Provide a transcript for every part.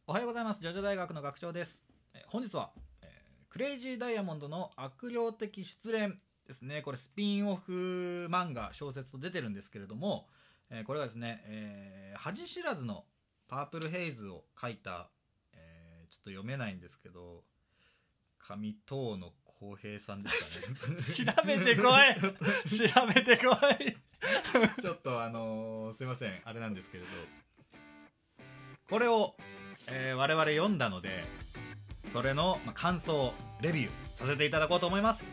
おはようございます。ジョジョ大学の学長です。本日は、クレイジーダイヤモンドの悪霊的失恋ですね。これスピンオフ漫画小説と出てるんですけれども、これがですね、恥知らずのパープルヘイズを書いた、ちょっと読めないんですけど、上藤野浩平さんですかね。 調べてこい調べてこいちょっとすいません、あれなんですけれど、これを我々読んだので、それの感想レビューさせていただこうと思います。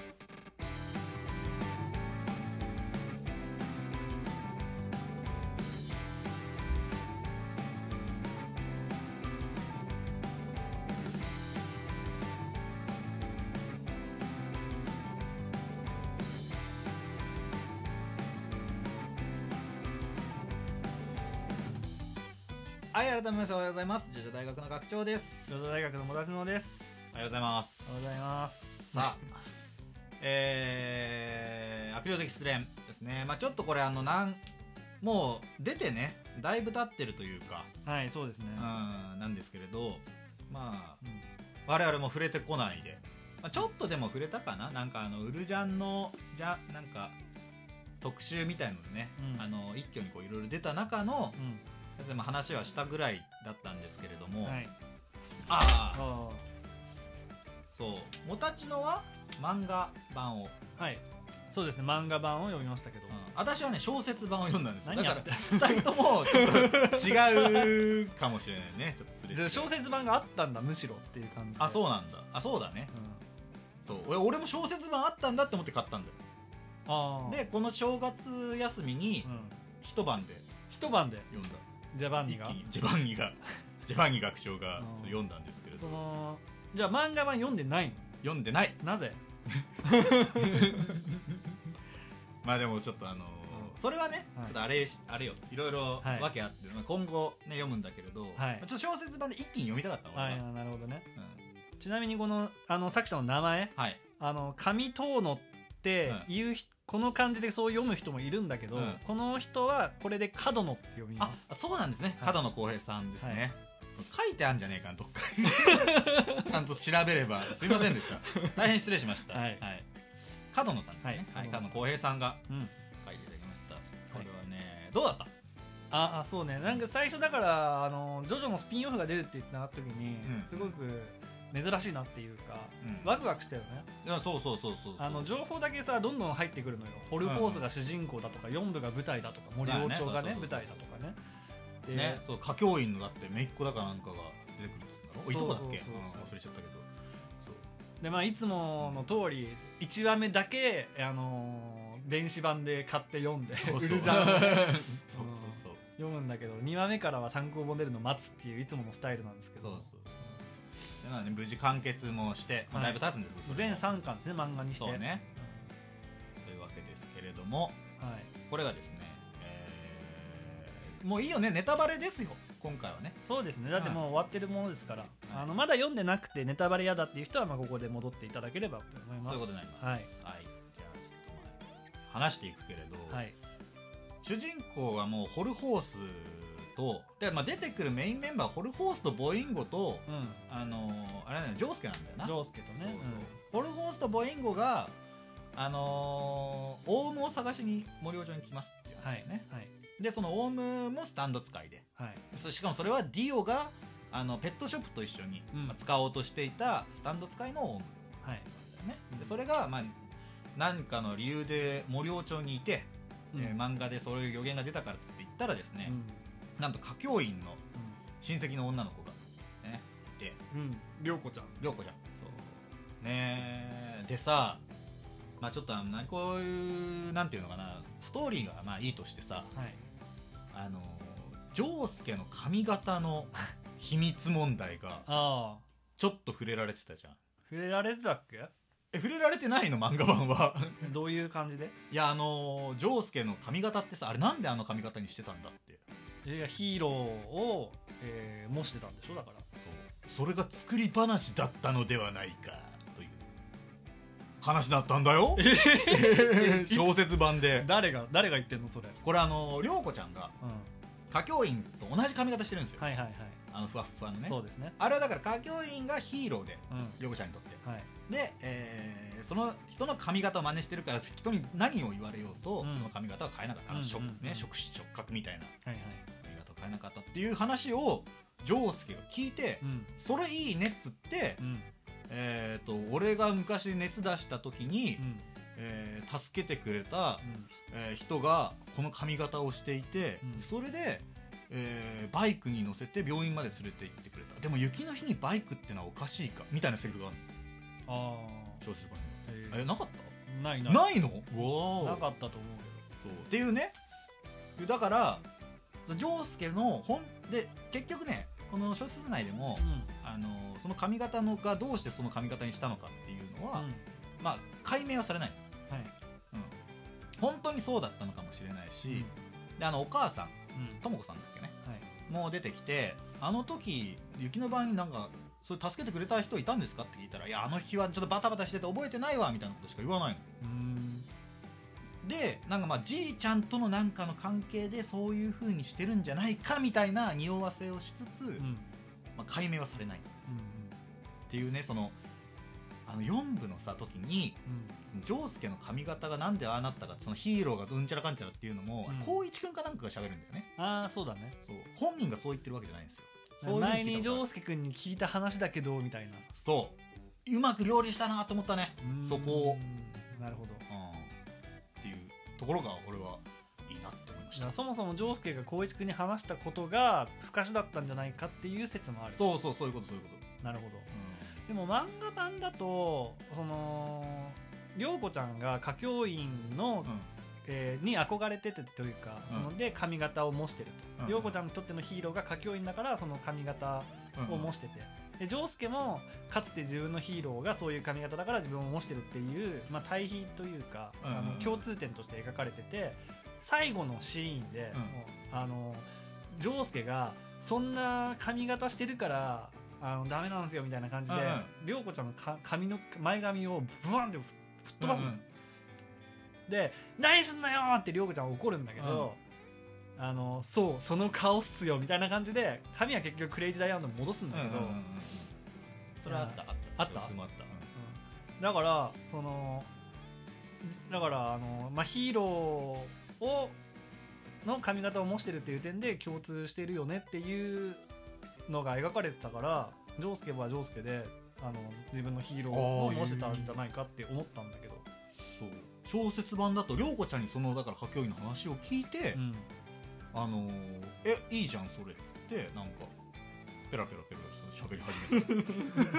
はい、改めましておはようございます。ジョジョ大学の学長です。 ジョジョ大学のもたちのです。 おはようございます。 おはようございます。 さあ悪霊的失恋ですね。ちょっとこれもう出てねだいぶ経ってるというか、 はい、そうですね。 なんですけれど、我々も触れてこないで、ちょっとでも触れたかな。なんかウルジャンのなんか特集みたいのでね、一挙にこういろいろ出た中の、話はしたぐらいだったんですけれども、 はい、 そうもたちのは漫画版を、 はい、そうですね、漫画版を読みましたけど、 私はね小説版を読んだんですよ。 何やってだから2人ともちょっと違うかもしれないね。ちょっとすれ違い。 小説版があったんだむしろっていう感じで。 あ、そうなんだ。あ、そうだね、そう俺も小説版あったんだって思って買ったんだよ。でこの正月休みに一晩で読んだ。ジャバンニがジェバンニ学長が読んだんですけれど、 じゃあ漫画版読んでないの？ 読んでない。 なぜ？ でもちょっとそれはね、ちょっとあれよ、いろいろわけあって、今後ね読むんだけれど、ちょっと小説版で一気に読みたかったの。 はい、なるほどね。ちなみにこの作者の名前、上遠野っていうこの漢字でそう読む人もいるんだけど、この人はこれで角野って読みます。 あ、そうなんですね。角野浩平さんですね。書いてあるんじゃねえかなどっかちゃんと調べれば。すいませんでした。大変失礼しました。角野さんですね。角野浩平さんが書いていただきました。これはね、どうだった？ そうね、なんか最初だからジョジョのスピンオフが出るって言った時にすごく珍しいなっていうか、ワクワクしたよね。そう情報だけさどんどん入ってくるのよ。ホルフォースが主人公だとか、4部が舞台だとか、森王朝がね舞台だとかね。 そう、歌教員のだって姪っ子だかなんかが出てくるっつったろ。いとこだっけ、忘れちゃったけど。 そうでいつもの通り1話目だけ電子版で買って読んでウルジャン読むんだけど、2話目からは単行本出るの待つっていういつものスタイルなんですけど、 無事完結もしてだいぶ経つんですよ。 全3巻ですね、漫画にして。 そうね、というわけですけれども、これがですね、もういいよね、ネタバレですよ今回はね。 そうですね、だってもう終わってるものですから、まだ読んでなくてネタバレ嫌だっていう人はここで戻っていただければと思います。 そういうことになります。じゃあちょっと話していくけれど、主人公はもうホルホースとで、出てくるメインメンバーホルホースとボインゴと、あれね、ジョウスケなんだよな。 ジョウスケとね、 ホルホースとボインゴがオウムを探しに森王朝に来ますっていう話ね。でそのオウムもスタンド使いで、しかもそれはディオがペットショップと一緒に、使おうとしていたスタンド使いのオウムなんだよね。でそれが何かの理由で森王朝にいて、漫画でそういう予言が出たからっつって言ったらですね、なんと歌教員の親戚の女の子がねいて、 涼子ちゃんそうね。でさ、ちょっとこういうなんていうのかな、ストーリーがいいとしてさ、ジョウスケの髪型の秘密問題がちょっと触れられてたじゃん。 触れられてたっけ？ 触れられてないの漫画版は。 どういう感じで？ いやジョウスケの髪型ってさ、あれなんで髪型にしてたんだって。 ヒーローを、模してたんでしょ。だからそれが作り話だったのではないかという話だったんだよ。小説版で誰が言ってんのそれ。 これ涼子ちゃんが、 歌教員と同じ髪型してるんですよ、 はいはいはい、 ふわっふわのね。 そうですね。 あれはだから歌教員がヒーローで、涼子ちゃんにとって、はい、で、その人の髪型を真似してるから人に何を言われようと、その髪型は変えなかった、触覚みたいな髪型を変えなかったっていう話を丈介が聞いて、それいいねっつって、俺が昔熱出した時に、助けてくれた、人がこの髪型をしていて、それで、バイクに乗せて病院まで連れて行ってくれた。でも雪の日にバイクってのはおかしいかみたいなセリフがあるの。小説家になかった？ないの？なかったと思うけど。そうっていうね。だから丈介ので結局ね、この小説内でも、その髪型がどうしてその髪型にしたのかっていうのは、まあ解明はされない、はい、本当にそうだったのかもしれないし、でお母さん、とも子さんだっけね、もう出てきて、あの時雪の晩になんかそれ助けてくれた人いたんですかって聞いたら、いやあの日はちょっとバタバタしてて覚えてないわみたいなことしか言わないの。でなんかまあじいちゃんとのなんかの関係でそういう風にしてるんじゃないかみたいな匂わせをしつつ、まあ、解明はされない、っていうね。その4部のさ時に、丈介の髪型がなんでああなったか、そのヒーローがうんちゃらかんちゃらっていうのも、光一くんかなんかが喋るんだよね。 ああそうだね。 そう、本人がそう言ってるわけじゃないんですよ。 そう前に丈介くんに聞いた話だけどみたいな。 そううまく料理したなと思ったね、そこを。 なるほど、 っていうところが俺はいいなって思いました。 そもそも丈介が光一くんに話したことが不可視だったんじゃないかっていう説もある。そういうことなるほど、でも漫画版だとその涼子ちゃんが歌教員の、に憧れててというか、そので髪型を模してると、涼子ちゃんにとってのヒーローが歌教員だからその髪型を模してて、で丈介もかつて自分のヒーローがそういう髪型だから自分を模してるっていう、まあ、対比というか、共通点として描かれてて、最後のシーンで、丈介がそんな髪型してるからダメなんですよみたいな感じで、涼子ちゃんの髪の前髪をブワンって吹っ飛ばすの、で何すんのよって涼子ちゃんは怒るんだけど、そうその顔っすよみたいな感じで髪は結局クレイジーダイヤモンドに戻すんだけど、 それはあっただからまあ、ヒーローの髪型を模してるっていう点で共通してるよねっていうのが描かれてたから、丈介は丈介で自分のヒーローを模してたんじゃないかって思ったんだけど、 そう小説版だと涼子ちゃんにそのだから歌教員の話を聞いて、いいじゃんそれっつってなんかペラペラ喋り始め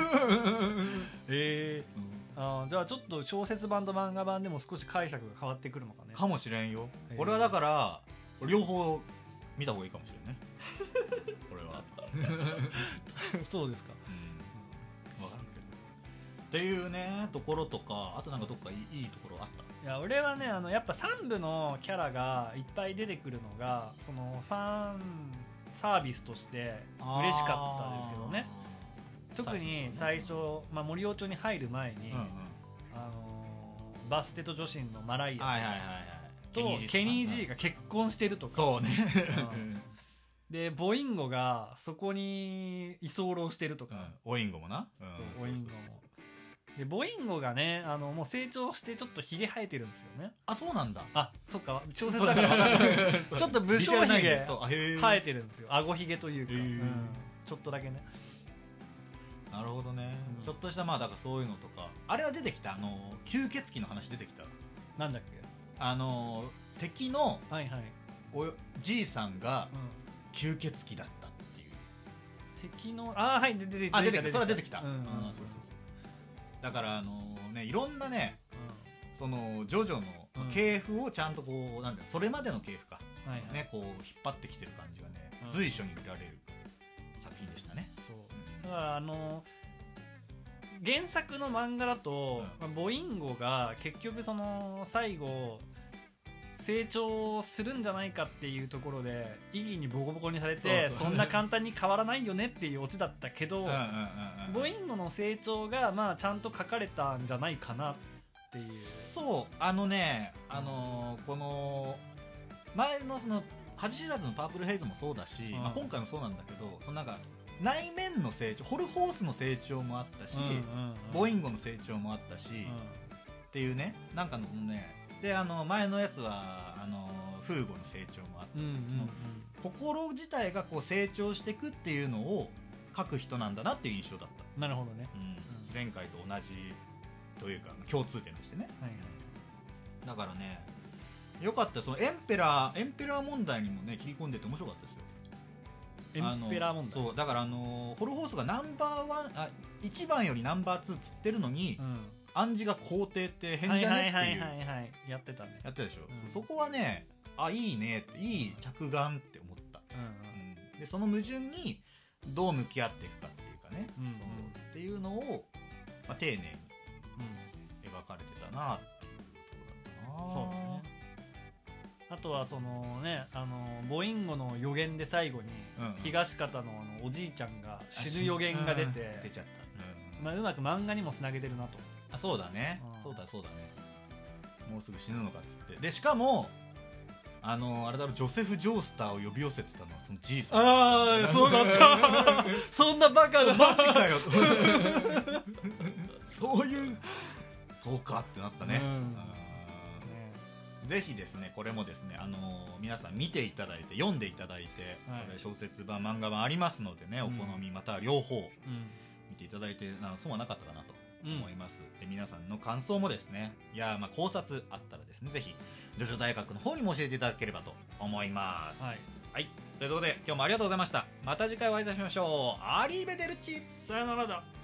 た。じゃあちょっと小説版と漫画版でも少し解釈が変わってくるのかね。かもしれんよ。俺はだから両方見た方がいいかもしれんねこれはそうですか、 分かるけどっていうねところとか、あとなんかどっかいいところあった？ いや俺はねやっぱ3部のキャラがいっぱい出てくるのがそのファンサービスとして嬉しかったですけどね。特に最初、まあ、森尾町に入る前に、バステと女子のマライアとケニー G が結婚してるとか、 そうねでボインゴがそこに居候してるとか、 オインゴもな、 オインゴもでボインゴがねもう成長してちょっとヒゲ生えてるんですよね。 あ、そうなんだ。 あ、そっか、小説だからちょっと武将ヒゲ生えてるんですよ。顎ヒゲというか、ちょっとだけね。 なるほどね、ちょっとしたまあだからそういうのとか、あれは出てきた吸血鬼の話出てきた。 なんだっけ、 敵のじいさんが吸血鬼だったっていう。 敵のはい出てきた。 それは出てきた。そうだからね、いろんなね、そのジョジョの系譜をちゃんとこうなんだそれまでの系譜か、ね、こう引っ張ってきてる感じがね、随所に見られる作品でしたね。 そうだから原作の漫画だと、ボインゴが結局その最後成長するんじゃないかっていうところで意義にボコボコにされて、そんな簡単に変わらないよねっていうオチだったけど、ボインゴの成長がまあちゃんと書かれたんじゃないかなっていう。 そうこの前のその恥知らずのパープルヘイズもそうだし、まあ、今回もそうなんだけど、そのなんか内面の成長、ホルホースの成長もあったし、ボインゴの成長もあったし、っていうね、なんかのそのね、で前のやつはフーゴの成長もあって、その心自体がこう成長していくっていうのを書く人なんだなっていう印象だった。 なるほどね、 前回と同じというか共通点としてね、だからねよかった。そのエンペラー問題にもね切り込んでて面白かったですよ。 エンペラー問題。 そうだからホルホースがナンバーワン1番よりナンバー2つってるのに、暗示が皇帝って変じゃねっていうやってたね。 やってたでしょ、そこはねいいねっていい着眼って思った、でその矛盾にどう向き合っていくかっていうかね、っていうのを、まあ、丁寧に描かれてたなっていうところだったな。 そうだね。あとはそのねボインゴの予言で最後に、東方のおじいちゃんが死ぬ予言が出ちゃった、まあ、うまく漫画にもつなげてるなと。 そうだね、そうだね、もうすぐ死ぬのかっつって。でしかもあれだろ、ジョセフ・ジョースターを呼び寄せてたのはそのじいさん。 そうだったそんなバカなマジかよそうかってなったね。ぜひですねこれもですね皆さん見ていただいて読んでいただいて、これ小説版漫画版ありますのでね、お好みまたは両方見ていただいて損はなかったかなと思います、で皆さんの感想もですね、いやまあ考察あったらですねぜひジョジョ大学の方にも教えていただければと思います。はい、ということで今日もありがとうございました。また次回お会いいたしましょう。アリーベデルチ、 さよならだ。